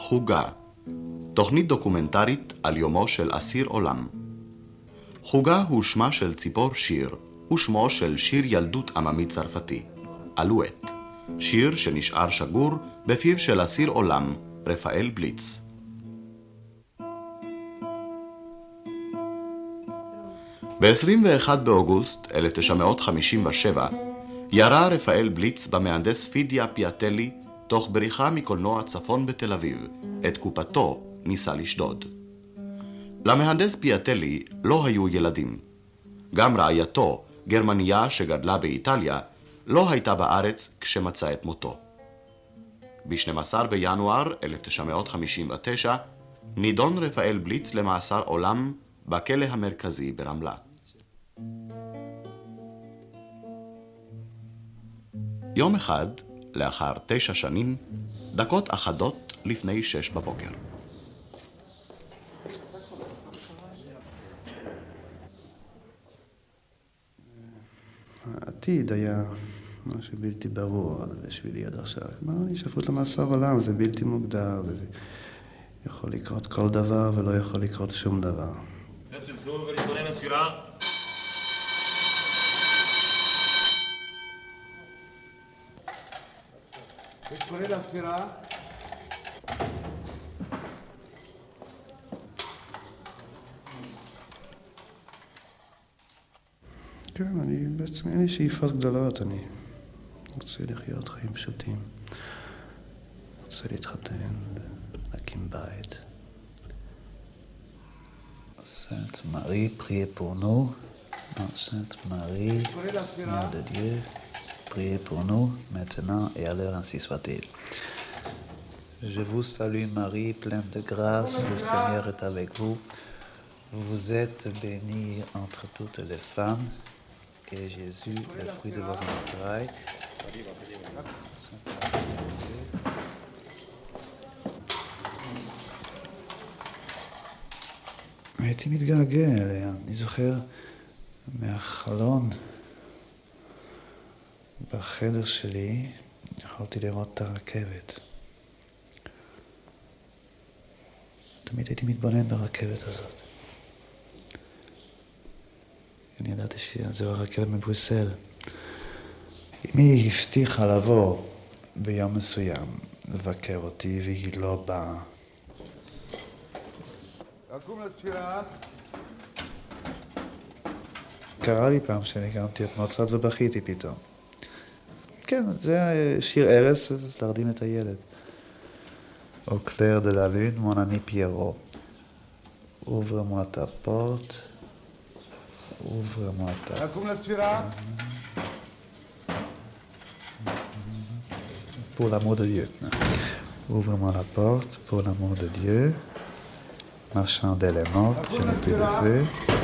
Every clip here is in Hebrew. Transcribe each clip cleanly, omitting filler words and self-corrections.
חוגה, תוכנית דוקומנטרית על יומו של אסיר עולם. חוגה הוא שמה של ציפור שיר, ושמו של שיר ילדות עממי צרפתי, אלואט, שיר שנשאר שגור בפיו של אסיר עולם, רפאל בליץ. ב-21 באוגוסט 1957 ירה רפאל בליץ במהנדס פידיה פיאטלי תוך בריחה מקולנוע צפון בתל אביב, את קופתו ניסה לשדוד. למהנדס פיאטלי לא היו ילדים. גם רעייתו, גרמניה שגדלה באיטליה, לא הייתה בארץ כשמצא את מותו. ב-12 בינואר 1959 נידון רפאל בליץ למאסר עולם בכלא המרכזי ברמלה. יום אחד, לאחר 9 שנים, דקות אחדות לפני 6 בבוקר. העתיד היה משהו בלתי ברור בשבילי עד עכשיו. אני שפוט למאסר עולם, זה בלתי מוגדר, זה יכול לקרות כל דבר ולא יכול לקרות שום דבר. קורא לספירה. כן, בעצם אין לי שאיפות גדולות, אני רוצה לחיות חיים פשוטים. רוצה להתחתן, להקים בית. Sainte Marie, priez pour nous. Non, Sainte Marie, Mère de Dieu, priez pour nous, maintenant et à l'heure ainsi soit-il. Je vous salue Marie, pleine de grâce, le Seigneur est avec vous. Vous êtes bénie entre toutes les femmes, et Jésus, le fruit de vos entrailles. הייתי מתגעגע אליה, אני זוכר מהחלון בחדר שלי, יכולתי לראות את הרכבת. תמיד הייתי מתבונן ברכבת הזאת. אני ידעתי שזו הרכבת מבריסל. אם היא הבטיחה לבוא ביום מסוים לבקר אותי והיא לא באה, קרה לי פעם שניגנתי את מוצרט ובכיתי פתאום. כן, זה שיר ערש, להרדים את הילד. Au clair de la lune, mon ami Pierrot, ouvre-moi ta porte, ouvre-moi ta... לקום לספירה. Pour l'amour de Dieu. Ouvre-moi la porte, pour l'amour de Dieu. Ma chandelle est morte, je n'ai plus de feu.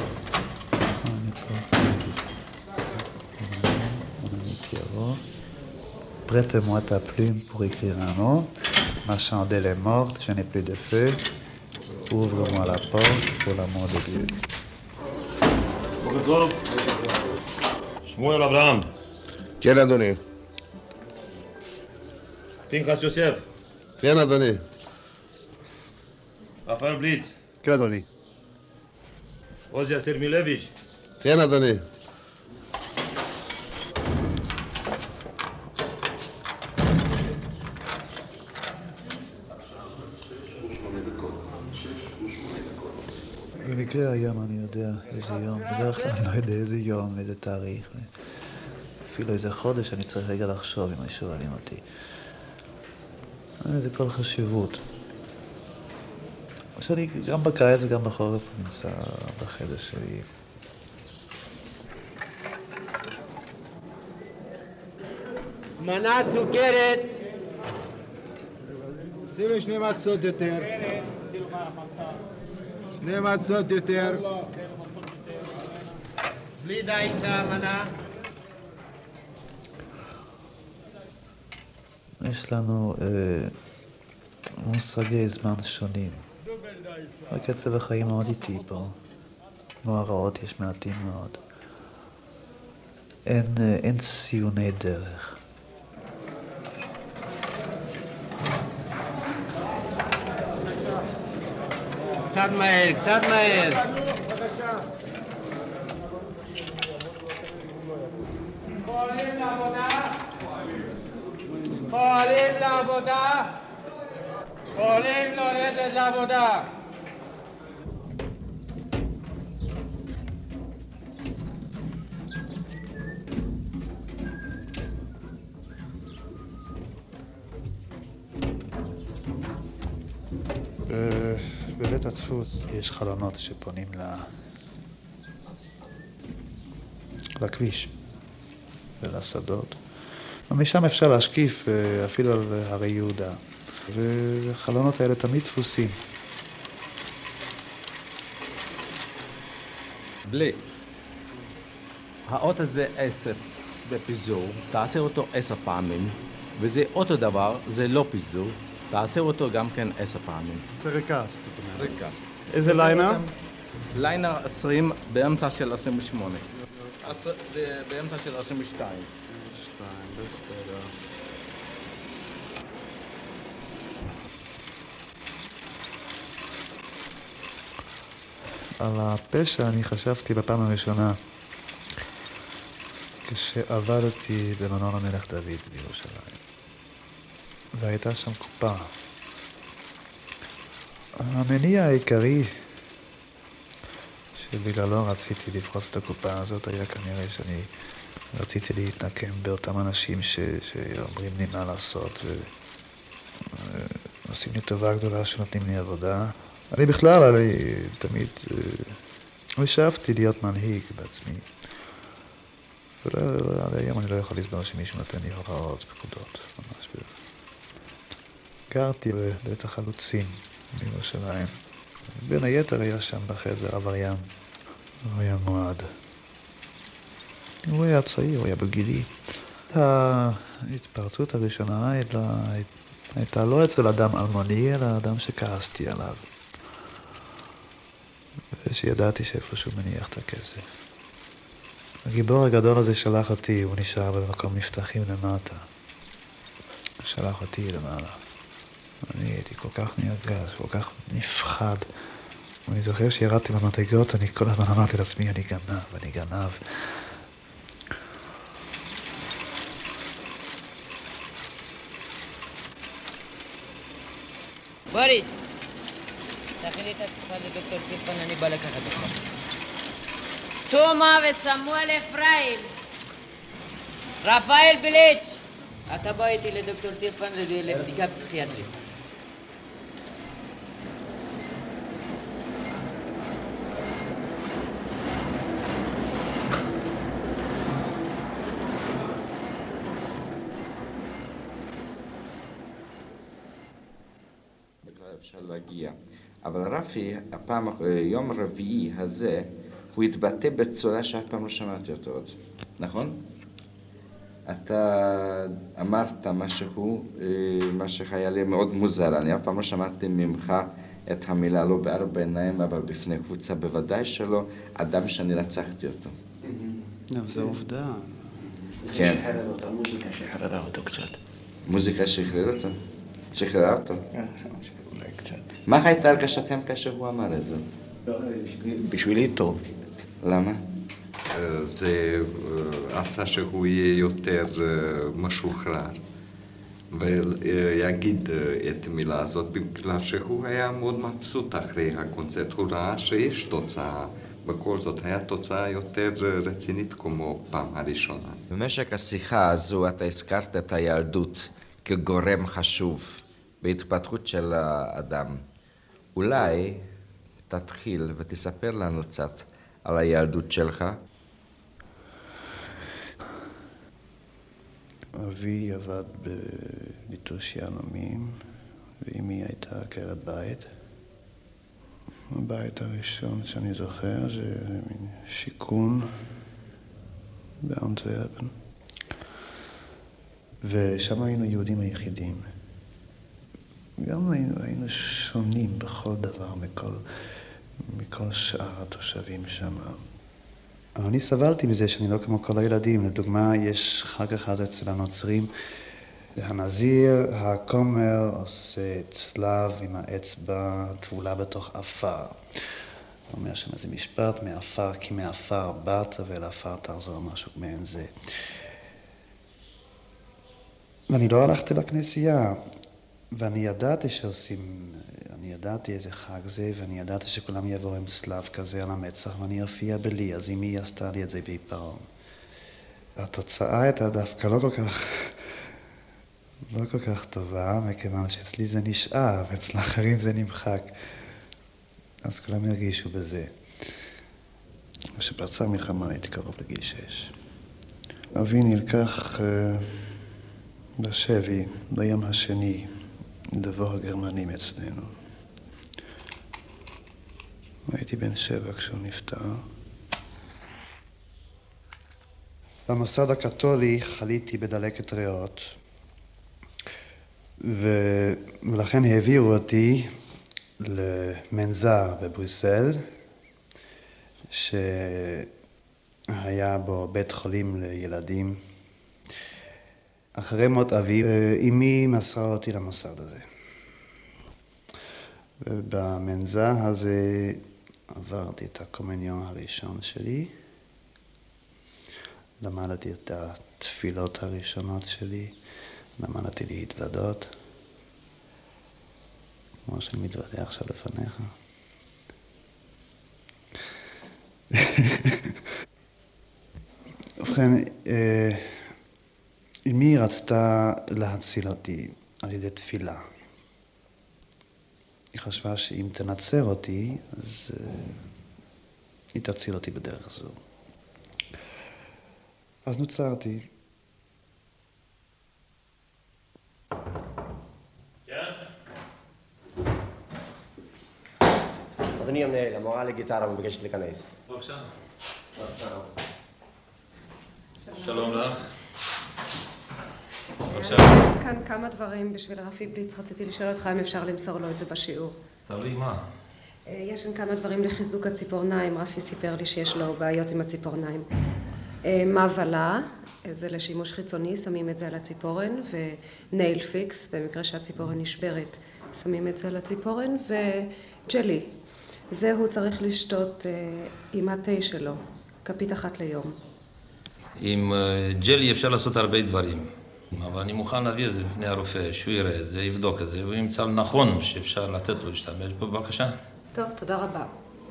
Mon ami Pierrot, prête-moi ta plume pour écrire un mot. Ma chandelle est morte, je n'ai plus de feu. Ouvre-moi la porte, pour l'amour de Dieu. בוקר טוב. שמואל אברהם. כן, אדוני. פנחס יוסף. כן, אדוני. רפאל בליץ. כן, אדוני. עוזיה סרמילביץ'. כן, אדוני. במקרה היום אני יודע איזה יום, בדרך כלל אני לא יודע איזה יום, איזה תאריך. אפילו איזה חודש אני צריך רגע לחשוב אם שואלים אותי. אין לזה כל חשיבות. שאני גם בקיץ וגם בחורף נמצא בחדר שלי. מנה סוכרת. שימי 2 מצות יותר. 2 מצות יותר. בלי דייסה, מנה. יש לנו מושגי זמן שונים. הקצב החיים מאוד איטי פה. מוארעות יש מעטים מאוד. אין ציוני דרך. קצת מהר, קצת מהר. פועלים לעבודה. פועלים לעבודה. פועלים לרדת לעבודה. בבית הדפוס יש חלונות שפונים לכביש ולשדות. ומשם אפשר להשקיף אפילו על הרי יהודה. והחלונות האלה תמיד דפוסים. בליץ. האות הזה 10 בפיזור, תעשה אותו 10 פעמים, וזה אותו דבר, זה לא פיזור, תעשה אותו גם כן 10 פעמים. זה ריקס, זאת אומרת. ריקס. איזה ליינר? ליינר 20 באמצע של 28. באמצע של 22. בסדר. על הפשע אני חשבתי בפעם הראשונה כשעבדתי במנור המלך דוד בירושלים. והייתה שם קופה. המניע העיקרי שבגללו רציתי לפרוץ את הקופה הזאת היה כנראה שאני רציתי להתנקם באותם אנשים שאומרים לי מה לעשות ועושים לי טובה גדולה שנותנים לי עבודה. אני בכלל, תמיד חשבתי להיות מנהיג בעצמי. ועד היום אני לא יכול לסבור שמישהו נותן לי הוראות, פקודות, ממש. גרתי בבית החלוצים בירושלים. בין היתר היה שם בחדר עבריין מועד. הוא היה צעיר, הוא היה בגילי. ההתפרצות הראשונה הייתה לא אצל אדם אלמוני, אלא אדם שכעסתי עליו. ושידעתי שאיפשהו מניח את הכסף. הגיבור הגדול הזה שלח אותי, הוא נשאר במקום מבטחים למטה. הוא שלח אותי למעלה. אני הייתי כל כך נרגש, כל כך נפחד. ואני זוכר שירדתי במדרגות, אני כל הזמן אמרתי לעצמי, אני גנב. בוריס, תכין את עצמך לדוקטור צירפן, אני בא לקחת אותך. תומה וסמואל אפרים, רפאל בליץ', אתה בא איתי לדוקטור צירפן לבדיקה פסיכיאטרית. אפשר להגיע. אבל רפי, יום רביעי הזה, הוא התבטא בצורה שאף פעם לא שמעתי אותו עוד, נכון? אתה אמרת מה שהיה לי מאוד מוזר, אני אף פעם לא שמעתי ממך את המילה לא בארבע עיניים, אבל בפני קבוצה בוודאי שלא, אדם שאני רצחתי אותו. זו עובדה. כן. שחרר אותו, מוזיקה שחררה אותו קצת. מוזיקה שחררה אותו? אולי קצת. מה הייתה הרגשתכם כאשר הוא אמר את זה? בשבילי טוב. למה? זה עשה שהוא יהיה יותר משוחרר ויגיד את המילה הזאת בגלל שהוא היה מאוד מבסוט אחרי הקונצרט, הוא ראה שיש תוצאה, בכל זאת היה תוצאה יותר רצינית כמו פעם הראשונה. במשך השיחה הזו אתה הזכרת את הילדות כגורם חשוב בהתפתחות של האדם. אולי תתחיל ותספר לנו קצת על הילדות שלך. אבי עבד בליטוש יהלומים, ואמי הייתה עקרת בית. הבית הראשון שאני זוכר זה מין שיכון באנטוורפן. ושם היינו יהודים היחידים. גם היינו שונים בכל דבר מכל שאר התושבים שם. אבל אני סבלתי מזה שאני לא כמו כל הילדים. לדוגמה, יש חג אחד אצל הנוצרים הנזיר, הכומר, עושה צלב עם האצבע טבולה בתוך עפר. הוא אומר שם איזה משפט, מעפר, כי מעפר באת ואל עפר תחזור, משהו מעין זה. ואני לא הלכתי לכנסייה, ואני ידעתי שעושים, אני ידעתי איזה חג זה, ואני ידעתי שכולם יבואו עם צלב כזה על המצח, ואני אופיע בלי, אז אמי עשתה לי את זה בעיפרון. התוצאה הייתה דווקא לא כל כך טובה, מכיוון שאצלי זה נשאר, ואצל האחרים זה נמחק. אז כולם הרגישו בזה. כשפרצה המלחמה הייתי קרוב לגיל 6. אבי נלקח בשבי ביום השני, דבור הגרמנים אצלנו. הייתי בן 7 כשהוא נפטר. במוסד הקתולי חליתי בדלקת ריאות, ולכן העבירו אותי למנזר בבריסל, שהיה בו בית חולים לילדים. אחרי מות אבי, אמי מסרה אותי למוסד הזה. ובמנזר הזה עברתי את הקומניון הראשון שלי, למדתי את התפילות הראשונות שלי, למדתי להתוודות, כמו שאני מתוודה עכשיו לפניך. ובכן, אמי רצתה להציל אותי על ידי תפילה. היא חשבה שאם תנצר אותי, אז היא תציל אותי בדרך זו. אז נוצרתי. אדוני המנהל, המורה לגיטרה מבקשת להיכנס. בבקשה. שלום לך. בבקשה. כאן כמה דברים בשביל רפי בליץ. רציתי לשאול אותך אם אפשר למסור לו את זה בשיעור. תלוי מה? יש כאן כמה דברים לחיזוק הציפורניים. רפי סיפר לי שיש לו בעיות עם הציפורניים. מעבלה, זה לשימוש חיצוני, שמים את זה על הציפורן, ונייל פיקס, במקרה שהציפורן נשברת, שמים את זה על הציפורן, וג'לי. זה הוא צריך לשתות עם התה שלו, כפית אחת ליום. עם ג'לי אפשר לעשות הרבה דברים, אבל אני מוכן להביא את זה בפני הרופא, שהוא יראה את זה, יבדוק את זה, וימצא נכון שאפשר לתת לו להשתמש בו, בבקשה. טוב, תודה רבה.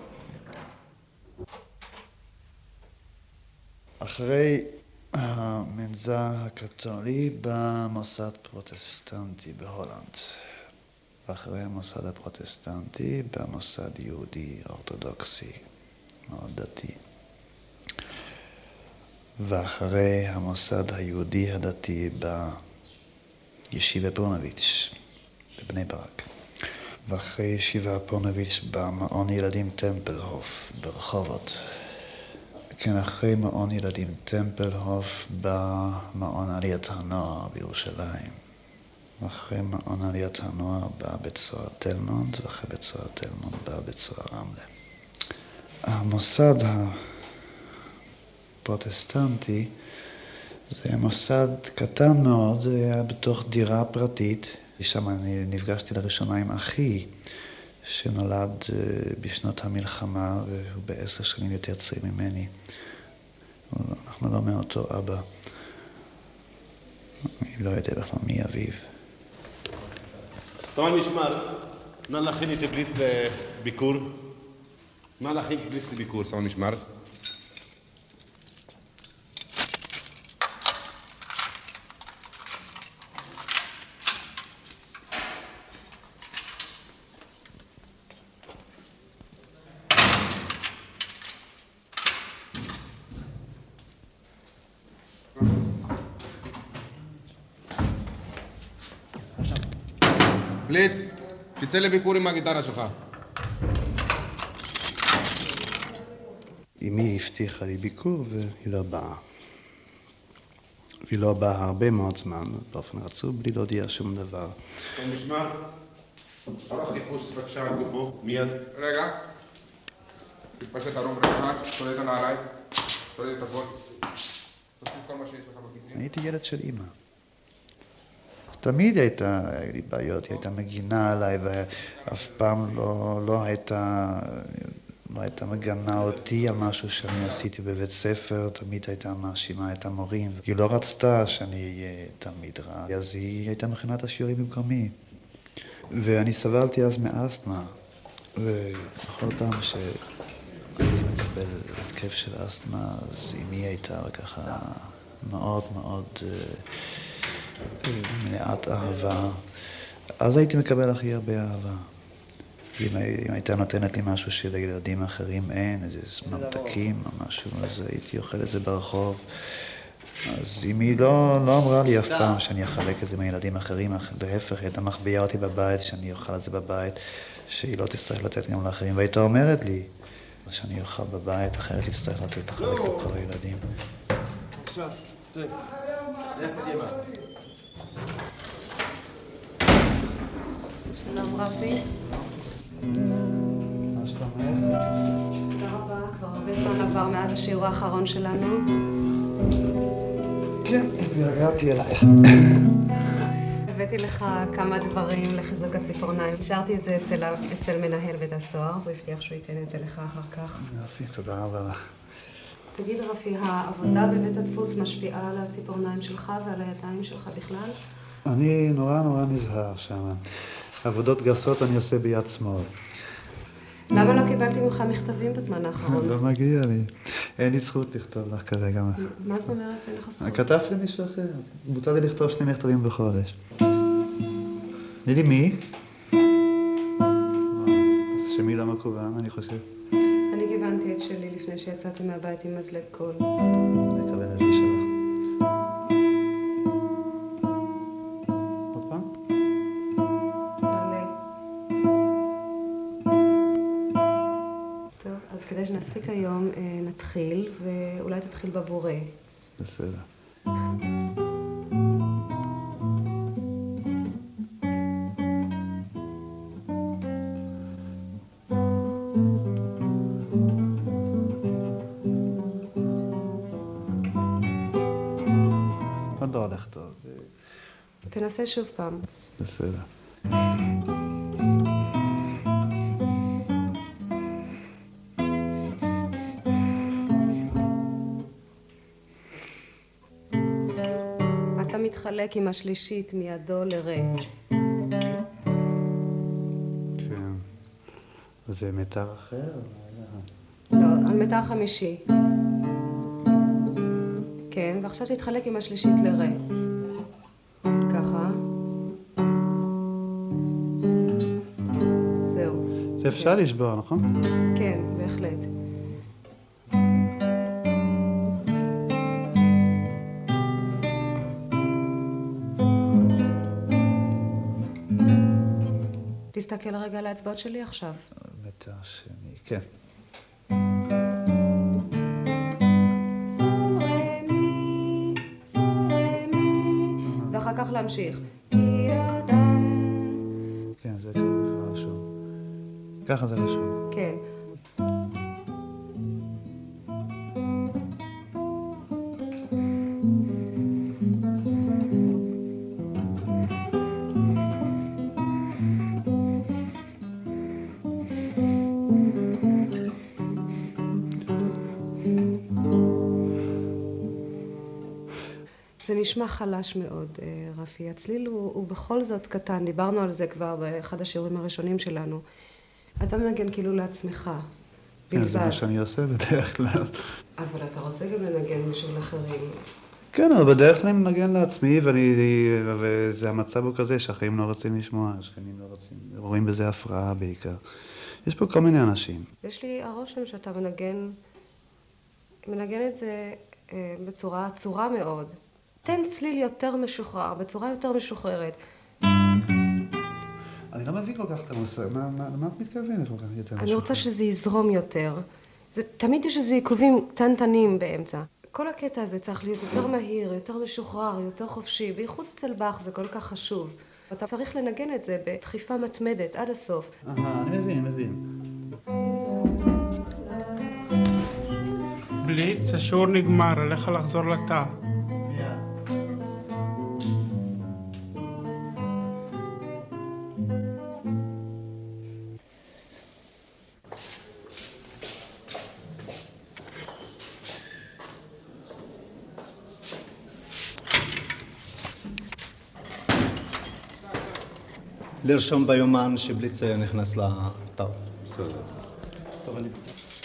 אחרי המנזר הקתולי במוסד פרוטסטנטי בהולנד. ואחרי המוסד הפרוטסטנטי במוסד יהודי אורתודוקסי, מאוד דתי. ואחרי המוסד היהודי הדתי בישיבה פונוביץ' בבני ברק. ואחרי ישיבה פונוביץ' במעון ילדים טמפלהוף ברחובות. כן, אחרי מעון ילדים טמפלהוף במעון עליית הנוער בירושלים. ואחרי מעון עליית הנוער בא בית סוהר תל-מונד, ואחרי בית סוהר תל-מונד בא בית סוהר רמלה. המוסד הפרוטסטנטי זה היה מוסד קטן מאוד, זה היה בתוך דירה פרטית. שם אני נפגשתי לראשונה עם אחי, שנולד בשנות המלחמה, והוא ב10 שנים יותר צעיר ממני. אנחנו לא מאותו אבא. אני לא יודע בכלל מי אביו. סמל משמר, נא להכין את בליץ לביקור. נא להכין את בליץ לביקור, סמל משמר. בליץ, תצא לביקור עם הגיטרה שלך. אמי הבטיחה לי ביקור והיא לא באה. והיא לא באה הרבה מאוד זמן, באופן רצוף, בלי להודיע שום דבר. כן, משמר. ערוך חיפוש בבקשה על גופו, מיד. רגע. תתפשט הרום רחק, תוריד על העליי, תוריד את הכל. תוסיף כל מה שיש לך בכיסים. הייתי ילד של אמא. תמיד היו לי בעיות, היא הייתה מגינה עליי, ואף פעם לא הייתה מגנה אותי על משהו שאני עשיתי בבית ספר, תמיד הייתה מאשימה את המורים. היא לא רצתה שאני אהיה תלמיד רע, אז היא הייתה מכינה את השיעורים במקומי. ואני סבלתי אז מאסתמה, ובכל פעם שהייתי מקבל התקף של אסתמה, אז אמי הייתה ככה מאוד מאוד מלאת אהבה. אז הייתי מקבל הכי הרבה אהבה. אם הייתה נותנת לי משהו שלילדים אחרים אין, איזה ממתקים או משהו, אז הייתי אוכל את זה ברחוב. אז אמי לא אמרה לי אף פעם שאני אחלק את זה מהילדים אחרים, להפך, היא הייתה מחביאה אותי בבית, שאני אוכל את זה בבית, שהיא לא תצטרך לתת גם לאחרים, והייתה אומרת לי שאני אוכל בבית, אחרת תצטרך לתת לחלק לכל הילדים. עכשיו, לך קדימה. שלום רפי. מה שאתה אומר? תודה רבה, כבר הרבה זמן עבר מאז השיעור האחרון שלנו. כן, התגעגעתי אלייך. הבאתי לך כמה דברים לחיזוק הציפורניים. השארתי את זה אצל מנהל בית הסוהר, הוא הבטיח שהוא ייתן את זה לך אחר כך. יופי, תודה רבה לך. תגיד רפי, העבודה בבית הדפוס משפיעה על הציפורניים שלך ועל הידיים שלך בכלל? אני נורא נזהר שם. עבודות גסות אני עושה ביד שמאל. למה לא קיבלתי ממך מכתבים בזמן האחרון? לא מגיע לי. אין לי זכות לכתוב לך כרגע. מה זאת אומרת? אין לך זכות? כתבתי למישהו אחר. מותר לי לכתוב 2 מכתבים בחודש. תני לי מי? שמי לא מקוון, אני חושב. אני גיוונתי את שלי לפני שיצאתי מהבית עם מזלג קול. מקווה את זה שלך. עוד פעם? תעלה. טוב, אז כדי שנספיק היום נתחיל, ואולי תתחיל בבורא. בסדר. עוד לא הולך טוב. תנסה שוב פעם. בסדר. אתה מתחלק עם השלישית מידו לרה. כן. זה מיתר אחר? לא, על מיתר חמישי. כן, ועכשיו תתחלק עם השלישית לרה. ככה. זהו. זה אפשר לשבור, נכון? כן, בהחלט. תסתכל רגע על האצבעות שלי עכשיו. מיתר שני, כן. ואחר כך להמשיך. כן, זה ככה רשום. ככה זה רשום. כן. זה נשמע חלש מאוד, רפי. הצליל הוא בכל זאת קטן. דיברנו על זה כבר באחד השיעורים הראשונים שלנו. אתה מנגן כאילו לעצמך, בלבד. זה מה שאני עושה בדרך כלל. אבל אתה רוצה גם לנגן בשביל אחרים. כן, אבל בדרך כלל אני מנגן לעצמי, וזה המצב הוא כזה שהחיים לא רוצים לשמוע, השכנים לא רוצים, רואים בזה הפרעה בעיקר. יש פה כל מיני אנשים. יש לי הרושם שאתה מנגן את זה בצורה עצורה מאוד. תן צליל יותר משוחרר, בצורה יותר משוחררת. אני לא מבין כל כך את המושג, למה את מתכוונת כל כך יותר משוחרר? אני רוצה שזה יזרום יותר. תמיד יש איזה עיכובים קטנטנים באמצע. כל הקטע הזה צריך להיות יותר מהיר, יותר משוחרר, יותר חופשי. בייחוד אצל באך זה כל כך חשוב. אתה צריך לנגן את זה בדחיפה מתמדת עד הסוף. אני מבין. בליץ, השיעור נגמר, עליך לחזור לתא. לרשום ביומן שבליצר נכנס לאתר. בסדר. טוב, אני...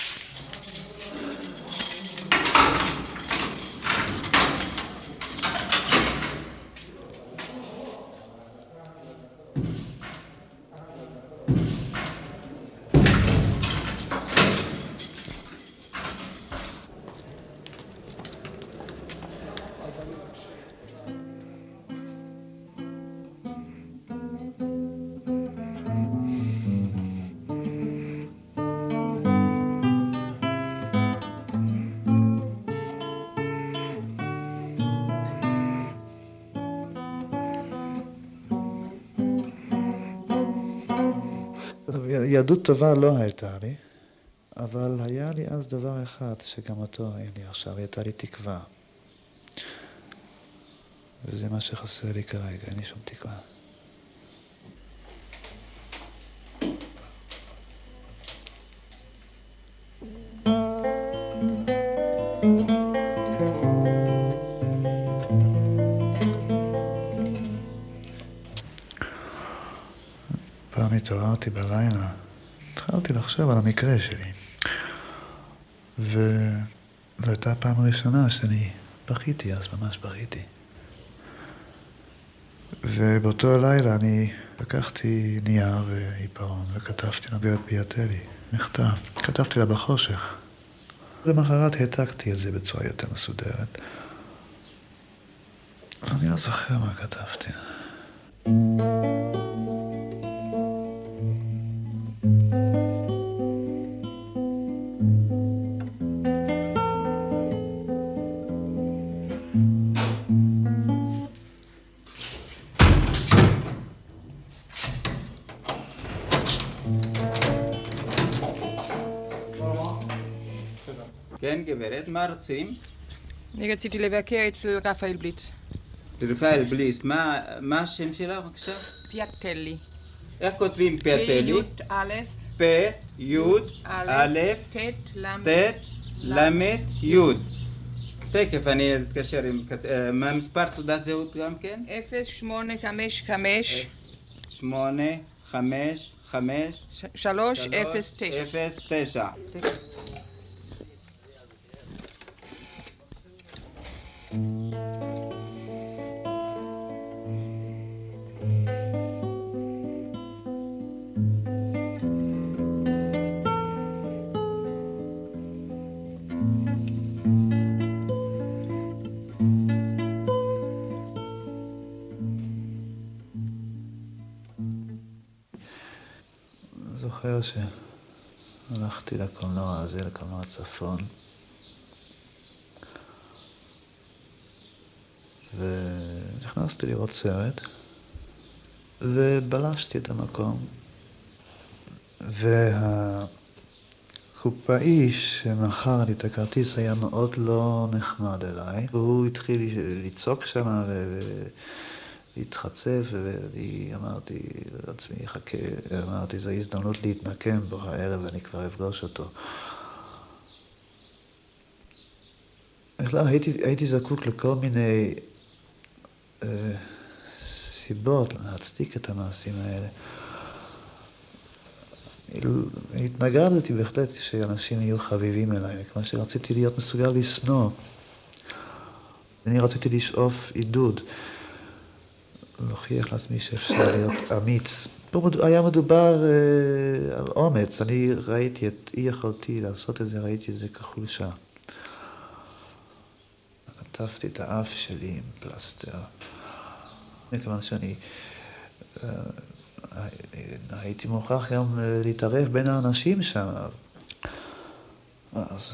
יהדות טובה לא הייתה לי, אבל היה לי אז דבר אחד שגם אותו אין לי עכשיו, הייתה לי תקווה. וזה מה שחסר לי כרגע, אין לי שום תקווה. פעם התעוררתי בלילה, התחלתי לחשוב על המקרה שלי. וזו הייתה הפעם הראשונה שאני בכיתי, אז ממש בכיתי. ובאותו לילה אני לקחתי נייר ועיפרון וכתבתי לגברת פיאטלי מכתב. כתבתי לה בחושך. למחרת העתקתי את זה בצורה יותר מסודרת. אני לא זוכר מה כתבתי. כן, גברת, מה רוצים? אני רציתי לבקר אצל רפאל בליץ. רפאל בליץ, מה השם שלך בבקשה? פיאטלי. איך כותבים פיאטלי? פ-י-א. פ-י-א. ט-ל-י. תכף אני אתקשר עם... מה מספר תעודת זהות גם כן? 0855 855 309. זוכר שהלכתי לקולנוע הזה, לקולנוע הצפון, ונכנסתי לראות סרט, ובלשתי את המקום, והקופאי שמכר לי את הכרטיס היה מאוד לא נחמד אליי, והוא התחיל לצעוק שם להתחצף, ואני אמרתי לעצמי, חכה, אמרתי, זו הזדמנות להתנקם בו הערב, ואני כבר אפגוש אותו. הייתי זקוק לכל מיני סיבות להצדיק את המעשים האלה. התנגדתי בהחלט שאנשים יהיו חביבים אליי, כמו שרציתי להיות מסוגל לשנוא. אני רציתי לשאוף עידוד. להוכיח לעצמי שאפשר להיות אמיץ. פה היה מדובר על אומץ. אני ראיתי את אי יכולתי לעשות את זה, ראיתי את זה כחולשה. עטפתי את האף שלי עם פלסטר. מכיוון שאני הייתי מוכרח גם להתערב בין האנשים שם. אז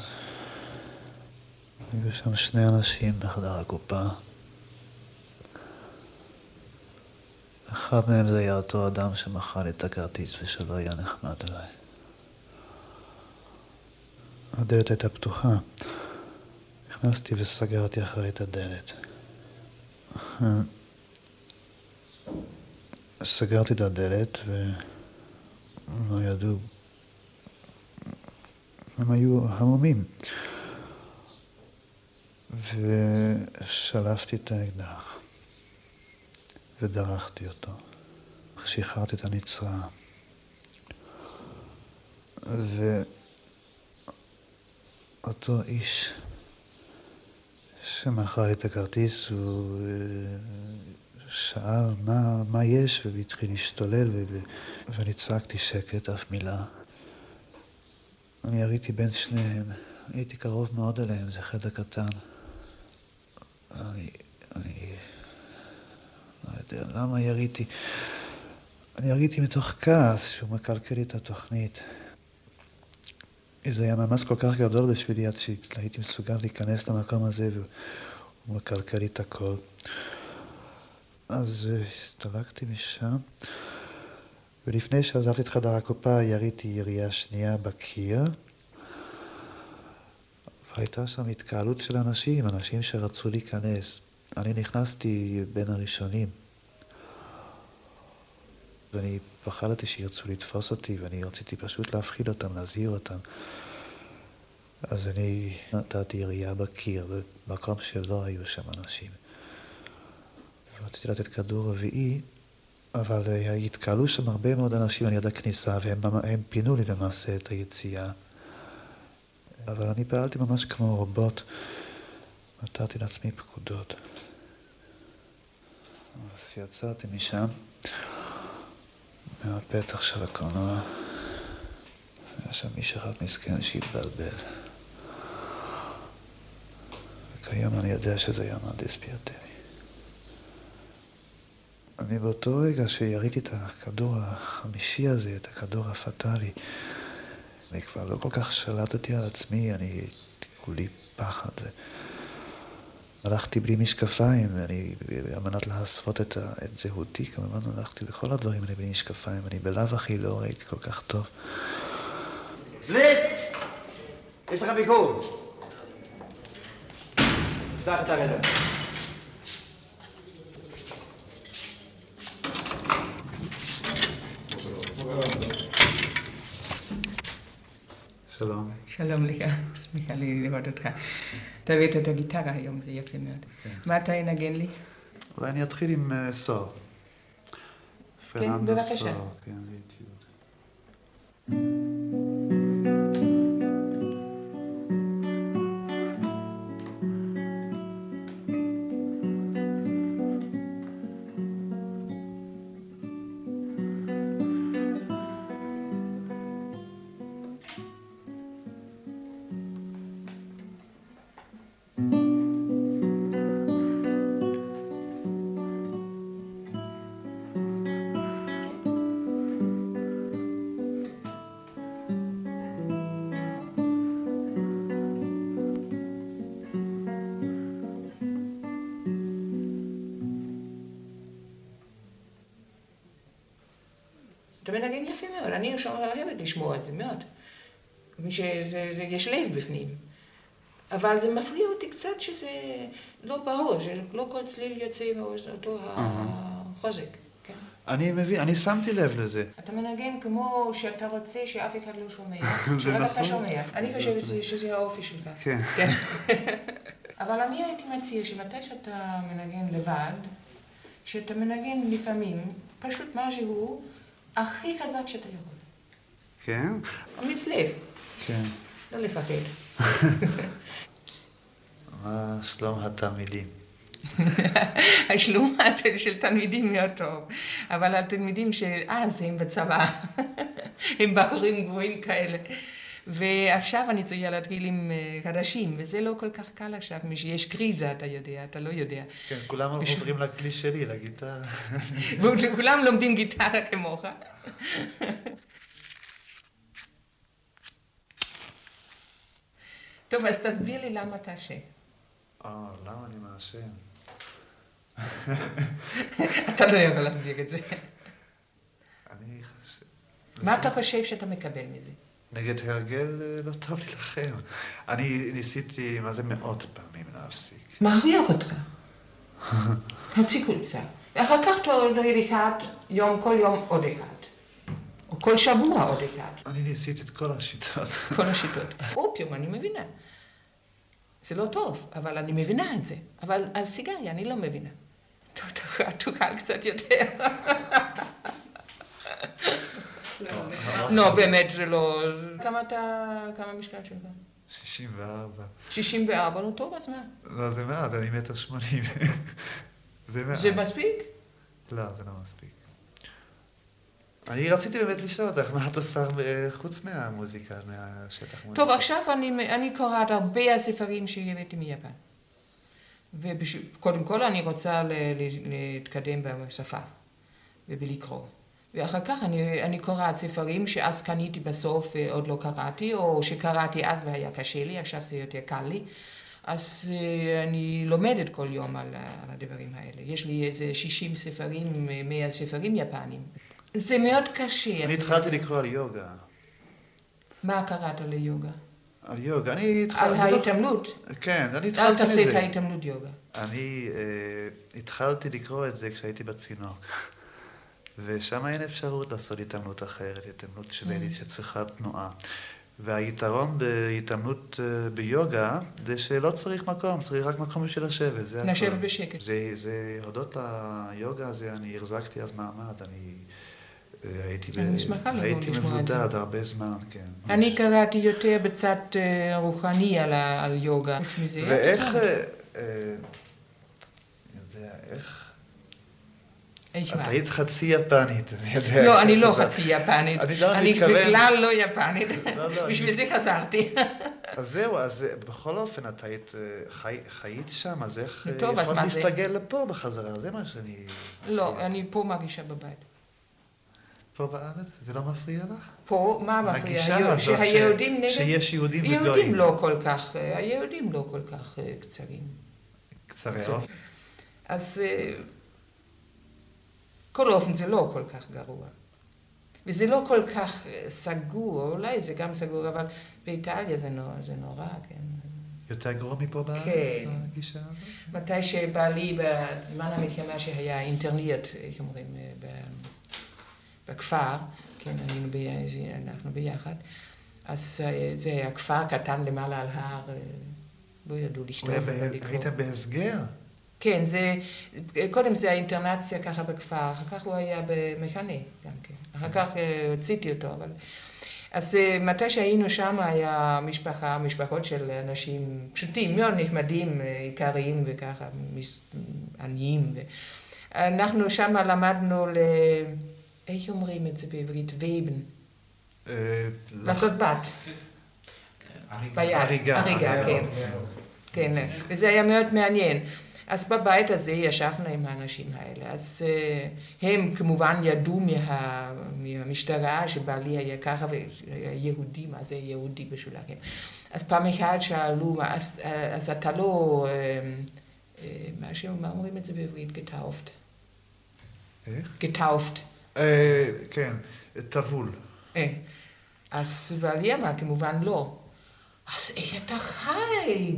היו שם שני אנשים בחדר הקופה. אחד מהם זה היה אותו אדם שמכר לי את הכרטיס ושלא היה נחמד אליי. הדלת הייתה פתוחה. נכנסתי וסגרתי אחרי את הדלת. סגרתי את הדלת ולא ידעו. הם היו המומים. ושלפתי את האקדח ודרכתי אותו. איך שחררת את הנצרה. ואותו איש שמכר לי את הכרטיס, הוא שאל מה יש, והתחיל להשתולל, ואני צעקתי שקט, אף מילה. אני יריתי בין שניהם, הייתי קרוב מאוד אליהם, זה חדר קטן. אני לא יודע למה יריתי. אני יריתי מתוך כעס שהוא מקלקל לי את התוכנית. זה היה ממש כל כך גדול בשבילי עד שהייתי מסוגל להיכנס למקום הזה והוא מקלקל לי את הכל. אז הסתלקתי משם, ולפני שעזבתי את חדר הקופה יריתי ירייה שנייה בקיר. והייתה שם התקהלות של אנשים שרצו להיכנס. אני נכנסתי בין הראשונים. ואני פחדתי שירצו לתפוס אותי, ואני רציתי פשוט להפחיד אותם, להזהיר אותם. אז אני נתתי ירייה בקיר, במקום שלא היו שם אנשים. ורציתי לתת כדור רביעי, אבל התקהלו שם הרבה מאוד אנשים על יד הכניסה, והם פינו לי למעשה את היציאה. אבל אני פעלתי ממש כמו רובוט, נתתי לעצמי פקודות. אז יצאתי משם, מהפתח של הקולנוע, היה שם איש אחד מסכן שהתבלבל. וכיום אני יודע שזה היה מהנדס פיאטרי. אני באותו רגע שיריתי את הכדור החמישי הזה, את הכדור הפטלי, אני כבר לא כל כך שלטתי על עצמי, אני כולי פחד. הלכתי בלי משקפיים, על מנת להסוות את זהותי, כמובן הלכתי לכל הדברים האלה בלי משקפיים, אני בלאו הכי לא ראיתי כל כך טוב. בליץ! יש לך ביקור. פתח את הרדע. שלום. שלום לך, שמחה לי לראות אותך. תביא את הגיטרה היום, זה יפה מאוד. מה אתה ינגן לי? אולי אני אתחיל עם סול. כן, בבקשה. כן, ליטיוד. אתה מנגן יפה מאוד, אני אוהבת לשמוע את זה מאוד. יש לב בפנים. אבל זה מפריע אותי קצת שזה לא ברור, שלא כל צליל יוצא מאותו החוזק. אני מבין, אני שמתי לב לזה. אתה מנגן כמו שאתה רוצה שאף אחד לא שומע. שרק אתה שומע. אני חושבת שזה האופי שלך. כן. אבל אני הייתי מציע שמתי שאתה מנגן לבד, שאתה מנגן לפעמים פשוט משהו הכי חזק שאתה יכול. כן? אמיץ לב. כן. לא לפחד. מה שלום התלמידים? השלום של תלמידים מאוד טוב, אבל התלמידים של אז הם בצבא, הם בחורים גבוהים כאלה. ועכשיו אני צריכה להתחיל עם חדשים, וזה לא כל כך קל עכשיו, שיש קריזה, אתה יודע, אתה לא יודע. כן, כולם עוברים לכלי שלי, לגיטרה. וכולם לומדים גיטרה כמוך. טוב, אז תסביר לי למה אתה אשם. למה אני מאשם? אתה לא יכול להסביר את זה. אני חושב... מה אתה חושב שאתה מקבל מזה? נגד הרגל לא טוב לי לכם. אני ניסיתי, מה זה מאות פעמים להפסיק. מכריח אותך. תפסיקו קצת. ואחר כך תוריד אחד, כל יום עוד אחד. או כל שבוע עוד אחד. אני ניסיתי את כל השיטות. כל השיטות. אופיום, אני מבינה. זה לא טוב, אבל אני מבינה את זה. אבל על סיגריה אני לא מבינה. תאכל קצת יותר. לא, באמת זה לא... כמה משקל שלך? 64. 64, נו טוב, אז מה? לא, זה מעט, אני 1.80 מטר. זה מעט. זה מספיק? לא, זה לא מספיק. אני רציתי באמת לשאול אותך, מה את עושה חוץ מהמוזיקה, מהשטח מוזיקה? טוב, עכשיו אני קוראת הרבה הספרים שהבאתי מיפן. וקודם כל אני רוצה להתקדם בשפה ובלקרוא. ואחר כך אני קוראת ספרים שאז קניתי בסוף ועוד לא קראתי, או שקראתי אז והיה קשה לי, עכשיו זה יותר קל לי. אז אני לומדת כל יום על הדברים האלה. יש לי איזה 60 ספרים, 100 ספרים יפנים. זה מאוד קשה. אני התחלתי לקרוא על יוגה. מה קראת על יוגה? על יוגה, אני התחלתי... על ההתעמלות? כן, אני התחלתי אל תעשה את ההתעמלות יוגה. אני התחלתי לקרוא את זה כשהייתי בצינוק. ושם אין אפשרות לעשות התעמלות אחרת, התעמלות שוודית שצריכה תנועה. והיתרון בהתעמלות ביוגה זה שלא צריך מקום, צריך רק מקום בשביל לשבת. לשבת בשקט. זה הודות ליוגה הזה, אני החזקתי אז מעמד, אני הייתי מבודד הרבה זמן, כן. אני קראתי יותר בצד רוחני על יוגה. ואיך, את היית חצי יפנית, אני יודע. לא, אני לא חצי יפנית. אני בכלל לא יפנית. בשביל זה חזרתי. אז זהו, אז בכל אופן, את חיית שם, אז איך יכולת להסתגל לפה בחזרה? זה מה שאני... לא, אני פה מרגישה בבית. פה בארץ? זה לא מפריע לך? פה, מה מפריע? הגישה הזאת שיש יהודים וגויים. יהודים לא כל כך, היהודים לא כל כך קצרים. קצרי. אז... כל אופן זה לא כל כך גרוע. וזה לא כל כך סגור, אולי זה גם סגור, אבל באיטליה זה נורא, כן. יותר גרוע מפה בארץ, כן. הגישה הזאת? מתי שבעלי בזמן המלחמה שהיה אינטרנט, איך אומרים, בכפר, כן, אנחנו ביחד, אז זה היה כפר קטן למעלה על הר, לא ידעו לשתות. הייתם בהסגר? כן, קודם זה האינטרנציה ככה בכפר, אחר כך הוא היה במחנה גם כן. אחר כך הוצאתי אותו, אבל... אז מתי שהיינו שם היה משפחות של אנשים פשוטים, מאוד נחמדים, עיקריים וככה, עניים. אנחנו שם למדנו איך אומרים את זה בעברית? וייבן. לעשות בת. הריגה, כן. כן, וזה היה מאוד מעניין. אז בבית הזה ישבנו עם האנשים האלה, אז הם כמובן ידעו מהמשטרה שבעלי היה ככה והיה יהודי, מה זה יהודי בשבילם. אז פעם אחת שאלו, אז אתה לא, מה אומרים את זה בעברית? גטאופט. איך? גטאופט. כן, טבול. אז בעלי אמר כמובן לא. אז איך אתה חי?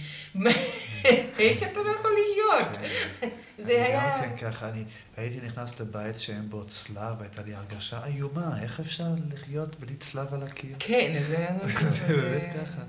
איך אתה לא יכול להיות? זה היה... כן, ככה, אני הייתי נכנס לבית שאין בו צלב, הייתה לי הרגשה איומה, איך אפשר לחיות בלי צלב על הקיר? כן, זה... זה באמת ככה.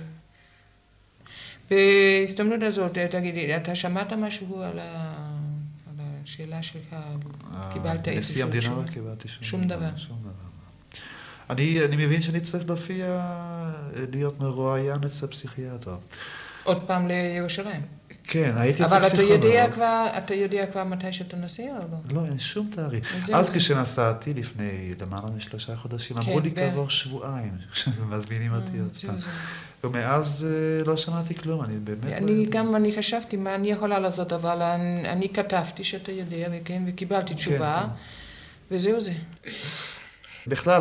בהזדמנות הזאת, תגידי, אתה שמעת משהו על השאלה שלך? קיבלת איזשהו... נשיא המדינה לא קיבלתי שום דבר. אני מבין שאני צריך להופיע, להיות מרואיין אצל פסיכיאטר. עוד פעם לירושלים? כן, הייתי אצל פסיכולוג. אבל אתה יודע כבר מתי שאתה נוסע או לא? לא, אין שום תאריך. אז כשנסעתי לפני למעלה מ3 חודשים, אמרו לי כעבור שבועיים, שמזמינים אותי עוד פעם. ומאז לא שמעתי כלום, אני באמת... אני חשבתי מה אני יכולה לעשות, אבל אני כתבתי שאתה יודע, וקיבלתי תשובה, וזהו זה. בכלל,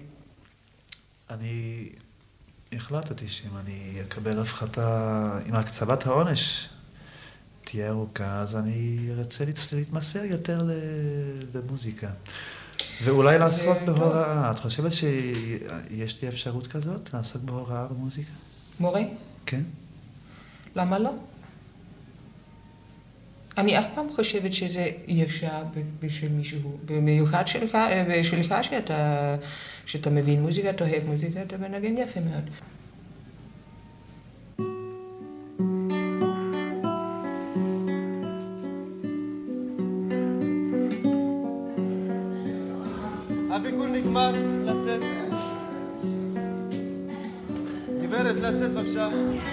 אני החלטתי שאם אני אקבל הפחתה, אם הקצבת העונש תהיה ארוכה, אז אני ארצה להתמסר יותר למוזיקה. ואולי לעסוק בהוראה. את חושבת שיש לי אפשרות כזאת, לעסוק בהוראה במוזיקה? מורה? כן. למה לא? אני אף פעם חושבת שזה אי אפשר בשביל מישהו, במיוחד בשבילך שאתה מבין מוזיקה, אתה אוהב מוזיקה, אתה מנגן יפה מאוד. הביקור נגמר, לצאת. גברת, לצאת בבקשה.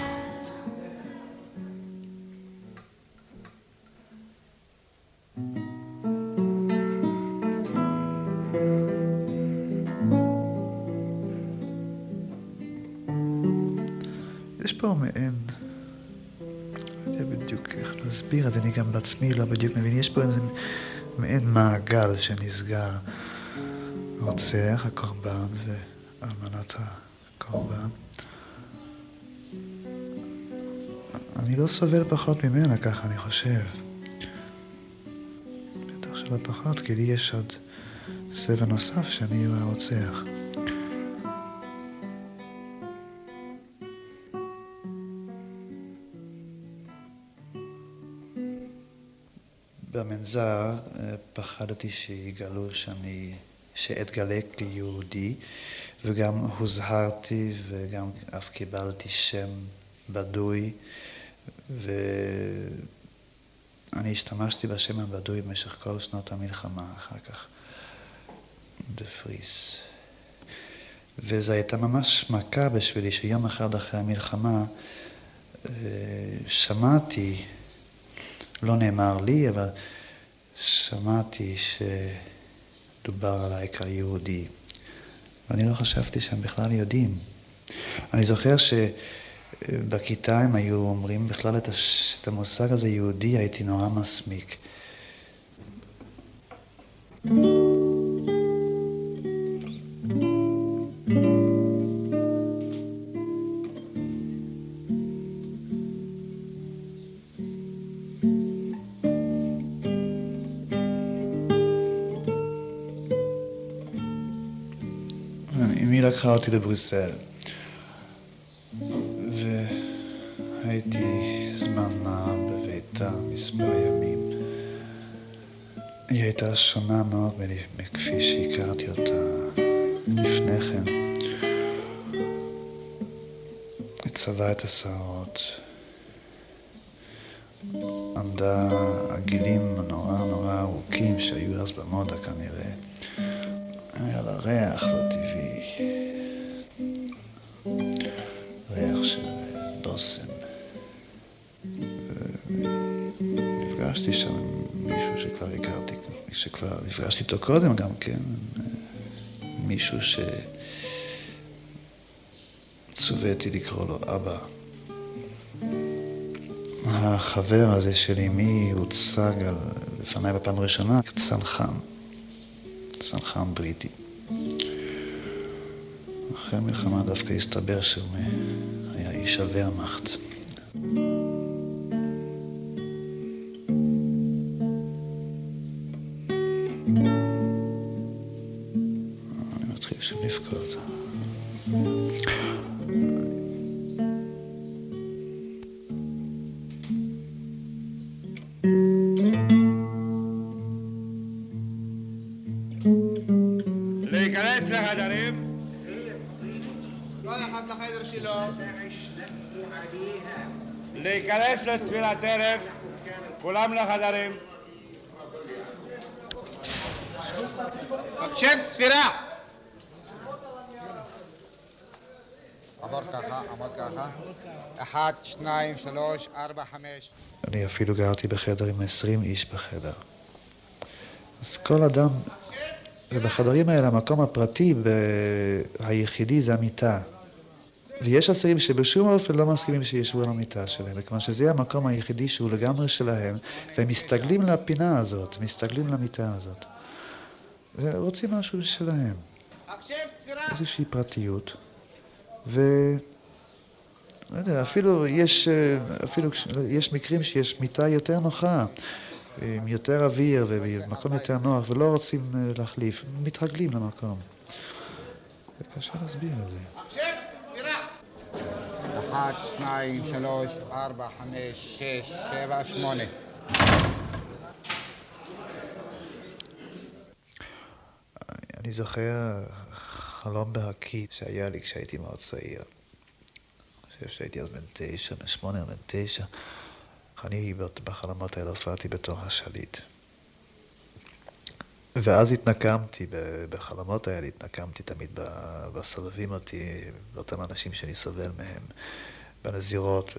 יש פה מעין, לא יודע בדיוק איך להסביר את זה, אני גם בעצמי לא בדיוק מבין, יש פה איזה מעין מעגל שנסגר. רוצח, הקורבן ואלמנת הקורבן. אני לא סובל פחות ממנה, ככה אני חושב. בטח שלא פחות, כי לי יש עוד סבל נוסף שאני הוא הרוצח. במנזר פחדתי שיגלו שאתגלה כיהודי, וגם הוזהרתי וגם אף קיבלתי שם בדוי, ואני השתמשתי בשם הבדוי במשך כל שנות המלחמה אחר כך, דה פריס. וזו הייתה ממש מכה בשבילי שיום אחד אחרי המלחמה שמעתי, לא נאמר לי, אבל שמעתי שדובר עליי כיהודי. ואני לא חשבתי שהם בכלל יודעים. אני זוכר שבכיתה הם היו אומרים בכלל את המושג הזה יהודי, הייתי נורא מסמיק. אמי לקחה אותי לבריסל, והייתי זמן מה בביתה מספר ימים. היא הייתה שונה מאוד מכפי שהכרתי אותה לפני כן. היא צבעה את השערות, עמדה עגילים נורא ארוכים שהיו אז במודה כנראה. היה לה ריח לא טבעי, ריח של דוסם. נפגשתי שם עם מישהו שכבר הכרתי, שכבר נפגשתי איתו קודם גם כן, מישהו שצוויתי לקרוא לו אבא. החבר הזה של אמי הוצג לפניי בפעם הראשונה כצנחן. צנחן בריטי. אחרי המלחמה דווקא הסתבר שהוא היה איש הוורמאכט. אני מתחיל שוב לבכות. להיכנס לחדרים. כל אחד לחדר שלו. להיכנס לספירת ערב. כולם לחדרים. מחשב ספירה. עמוד ככה. 1, 2, 3, 4, 5. אני אפילו גרתי בחדר עם 20 איש בחדר. אז כל אדם, ובחדרים האלה המקום הפרטי היחידי זה המיטה. ויש אסירים שבשום אופן לא מסכימים שישבו על המיטה שלהם, וכיוון שזה המקום היחידי שהוא לגמרי שלהם, והם מסתגלים לפינה הזאת, מסתגלים למיטה הזאת. ורוצים משהו שלהם. איזושהי פרטיות. לא יודע, אפילו יש מקרים שיש מיטה יותר נוחה, עם יותר אוויר ובמקום יותר נוח, ולא רוצים להחליף, מתרגלים למקום. זה קשה להסביר את זה. 1, 2, 3, 4, 5, 6, 7, 8. אני זוכר חלום בהקיא שהיה לי כשהייתי מאוד צעיר. אני חושב שהייתי אז בן 9, בן 8 או בן 9. אני בחלומות האלה הופעתי בתור השליט. ואז התנקמתי, בחלומות האלה התנקמתי תמיד בסובבים אותי, באותם אנשים שאני סובל מהם, בנזירות.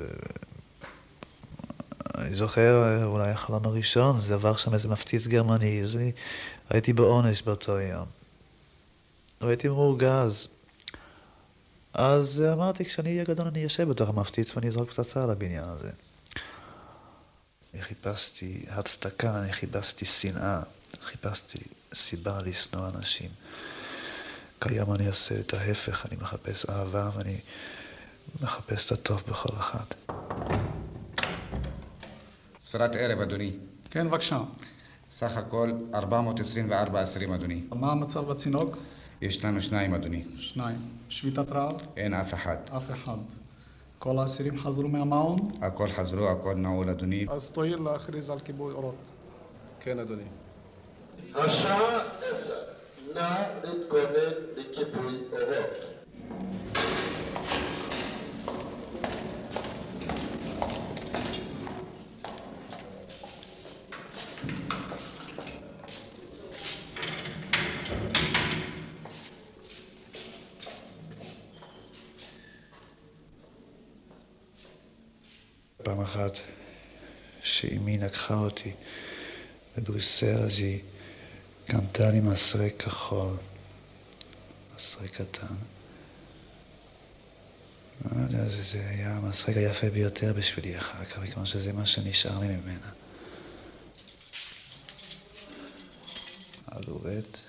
אני זוכר, אולי החלום הראשון, זה עבר שם איזה מפציץ גרמני, אז הייתי בעונש באותו יום. והייתי מורגז. אז אמרתי, כשאני אהיה גדול אני אשב בתוך המפציץ ואני אזרוק פצצה על הבניין הזה. אני חיפשתי הצדקה, אני חיפשתי שנאה, חיפשתי סיבה לשנוא אנשים. כיום אני אעשה את ההפך, אני מחפש אהבה ואני מחפש את הטוב בכל אחד. ספירת ערב, אדוני. כן, בבקשה. סך הכל 424 אסירים, אדוני. מה המצב בצינוק? יש לנו 2, אדוני. 2. שביתת רעב? אין אף אחד. אף אחד. כל האסירים חזרו מהמעון? הכל חזרו, הכל נעול, אדוני. אז תואיל להכריז על כיבוי אורות. כן, אדוני. השעה 10. נא להתכונן לכיבוי אורות. פעם אחת שאמי לקחה אותי בבריסל, אז היא קנתה לי מסרק כחול, מסרק קטן. לא יודע, זה היה המסרק היפה ביותר בשבילי אחר כך, מכיוון שזה מה שנשאר לי ממנה. אלואט,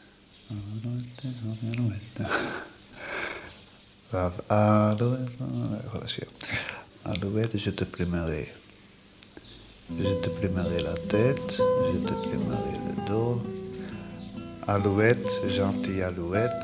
לא יכול לשיר. Alouette, je te plumerai. Je te plumerai la tête, je te plumerai le dos. Alouette, gentille alouette.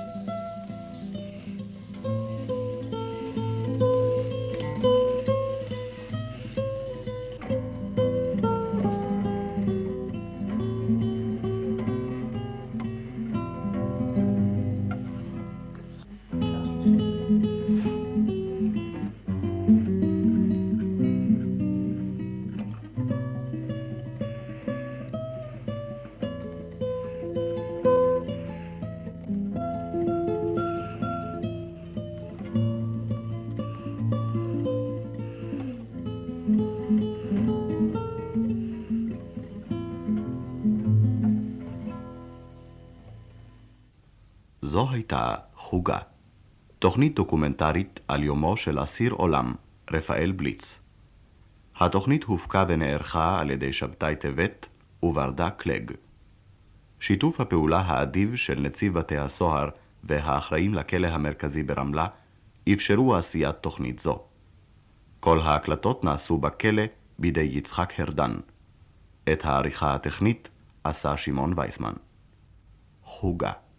זו הייתה חוגה, תוכנית דוקומנטרית על יומו של אסיר עולם, רפאל בליץ. התוכנית הופקה ונערכה על ידי שבתאי טבת וברדה קלג. שיתוף הפעולה האדיב של נציב בתי הסוהר והאחראים לכלא המרכזי ברמלה אפשרו עשיית תוכנית זו. כל ההקלטות נעשו בכלא בידי יצחק הרדן. את העריכה הטכנית עשה שמעון וייסמן. חוגה.